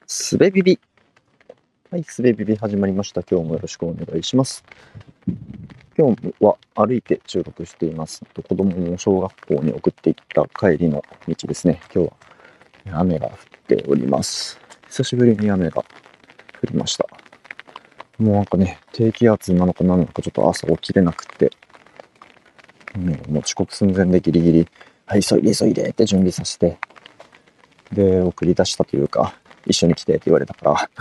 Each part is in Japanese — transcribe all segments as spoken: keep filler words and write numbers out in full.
すべビビ。はい、すべビビ始まりました。今日もよろしくお願いします。今日は歩いて収録しています。子供を小学校に送っていった帰りの道ですね。今日は雨が降っております。久しぶりに雨が降りました。もうなんかね、低気圧なのか何なのかちょっと朝起きれなくて、うん、もう遅刻寸前でギリギリ、はい、急いで急いでって準備させて、で、送り出したというか、一緒に来てって言われたから、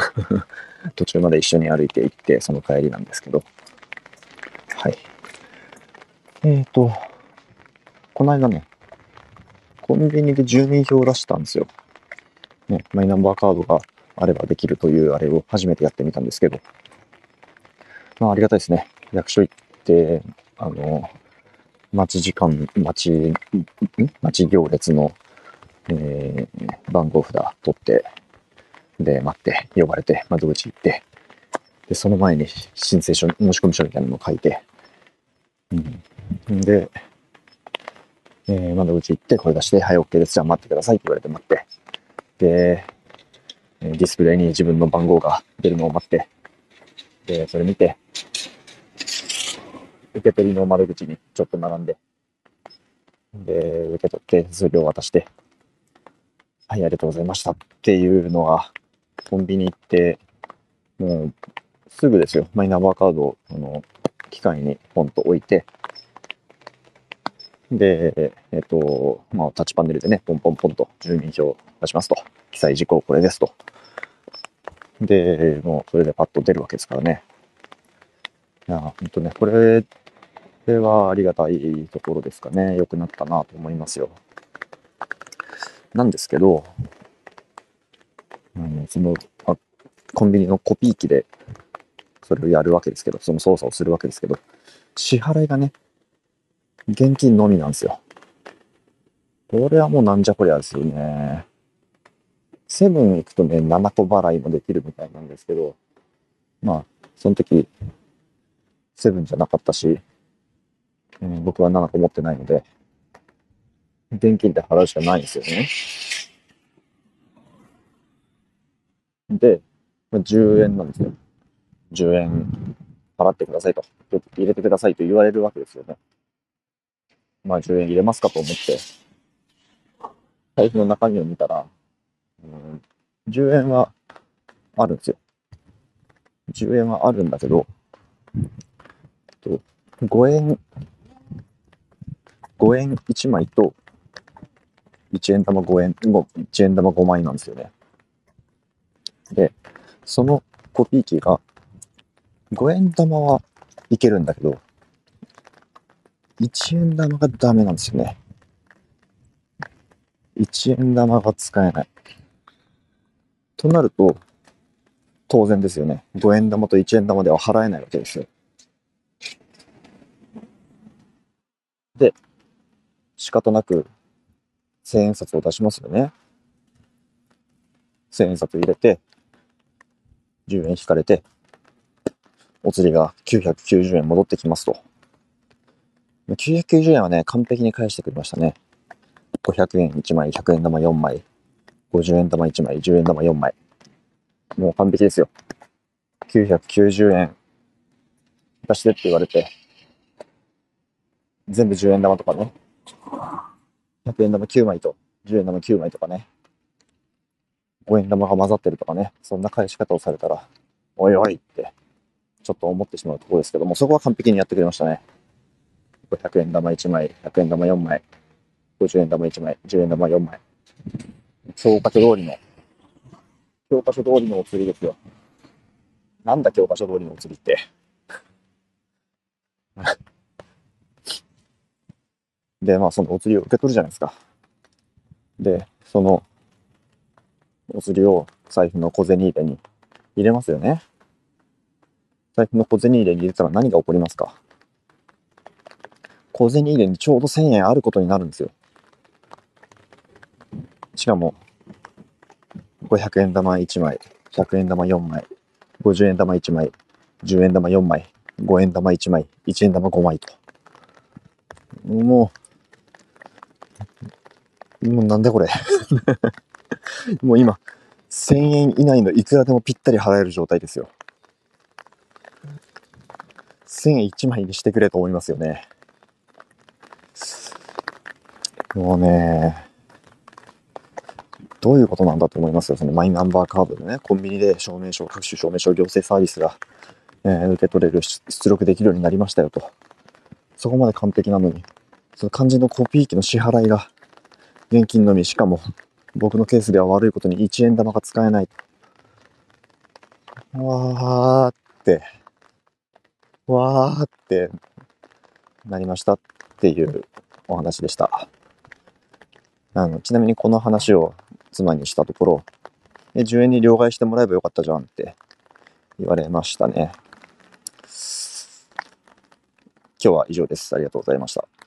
途中まで一緒に歩いて行って、その帰りなんですけど、はい。えーと、この間ね、コンビニで住民票を出したんですよ。ね、マイナンバーカードがあればできるというあれを初めてやってみたんですけど、まあありがたいですね。役所行って、あの、待ち時間、待ち、ん待ち行列の、えー、番号札取って、で、待って、呼ばれて、窓口行って、で、その前に申請書、申し込み書みたいなのを書いて、うん、で、えー、窓口行って、これ出して、はい、OK です。じゃあ待ってくださいって言われて待って、で、ディスプレイに自分の番号が出るのを待って、で、それ見て、受け取りの窓口にちょっと並んで、で、受け取って手数料を渡して、はい、ありがとうございましたっていうのが、コンビニ行って、もう、すぐですよ。マイナンバーカードを、あの、機械にポンと置いて、で、えっと、まあ、タッチパネルでね、ポンポンポンと住民票を出しますと。記載事項これですと。で、もうそれでパッと出るわけですからね。いや、ほんとね、これはありがたいところですかね。良くなったなと思いますよ。なんですけど、うん、その、あ、コンビニのコピー機でそれをやるわけですけど、その操作をするわけですけど、支払いがね、現金のみなんですよ。これはもうなんじゃこりゃですよね。セブン行くとね、ななこ払いもできるみたいなんですけど、まあ、その時、セブンじゃなかったし、うん、僕はななこ持ってないので、現金で払うしかないんですよね。で、じゅうえんなんですよ。じゅうえん払ってくださいと。入れてくださいと言われるわけですよね。まあじゅうえん入れますかと思って、財布の中身を見たら、うん、じゅうえんはあるんですよ。じゅうえんはあるんだけど、ごえん、ごえんいちまいといちえん玉ごえん、いちえん玉ごまいなんですよね。で、そのコピー機がごえん玉はいけるんだけど、いちえん玉がダメなんですよね。いちえん玉が使えない。となると、当然ですよね。ごえん玉といちえん玉では払えないわけですよ。で、仕方なくせんえん札を出しますよね。せんえん札入れて、じゅうえん引かれて、お釣りがきゅうひゃくきゅうじゅうえん戻ってきますと。きゅうひゃくきゅうじゅうえんはね、完璧に返してくれましたね。ごひゃくえんいちまい、ひゃくえん玉よんまい、ごじゅうえん玉いちまい、じゅうえん玉よんまい。もう完璧ですよ。きゅうひゃくきゅうじゅうえん出してって言われて、全部じゅうえん玉とかね、ひゃくえん玉きゅうまいとじゅうえん玉きゅうまいとかね、ごえん玉が混ざってるとかね、そんな返し方をされたら、おいおいって、ちょっと思ってしまうところですけども、そこは完璧にやってくれましたね。ひゃくえん玉いちまい、ひゃくえん玉よんまい、ごじゅうえん玉いちまい、じゅうえん玉よんまい。教科書通りの、教科書通りのお釣りですよ。なんだ教科書通りのお釣りって。で、まあそのお釣りを受け取るじゃないですか。で、そのお釣りを財布の小銭入れに入れますよね。財布の小銭入れに入れたら何が起こりますか？小銭入れにちょうどせんえんあることになるんですよ。しかも、ごひゃくえん玉いちまい、ひゃくえん玉よんまい、ごじゅうえん玉いちまい、じゅうえん玉よんまい、ごえん玉いちまい、いちえん玉ごまいと。もう、もうなんでこれもう今、 せんえん以内のいくらでもぴったり払える状態ですよ。せんえんいちまいにしてくれと思いますよね。もうね、どういうことなんだと思いますよ。そのマイナンバーカードでね、コンビニで証明書、各種証明書行政サービスが、えー、受け取れる、出力できるようになりましたよと。そこまで完璧なのに、その肝心のコピー機の支払いが現金のみ、しかも僕のケースでは悪いことにいちえん玉が使えない。わーって、わーってなりましたっていうお話でした。あのちなみにこの話を妻にしたところ、えじゅうえんに両替してもらえばよかったじゃんって言われましたね。今日は以上です。ありがとうございました。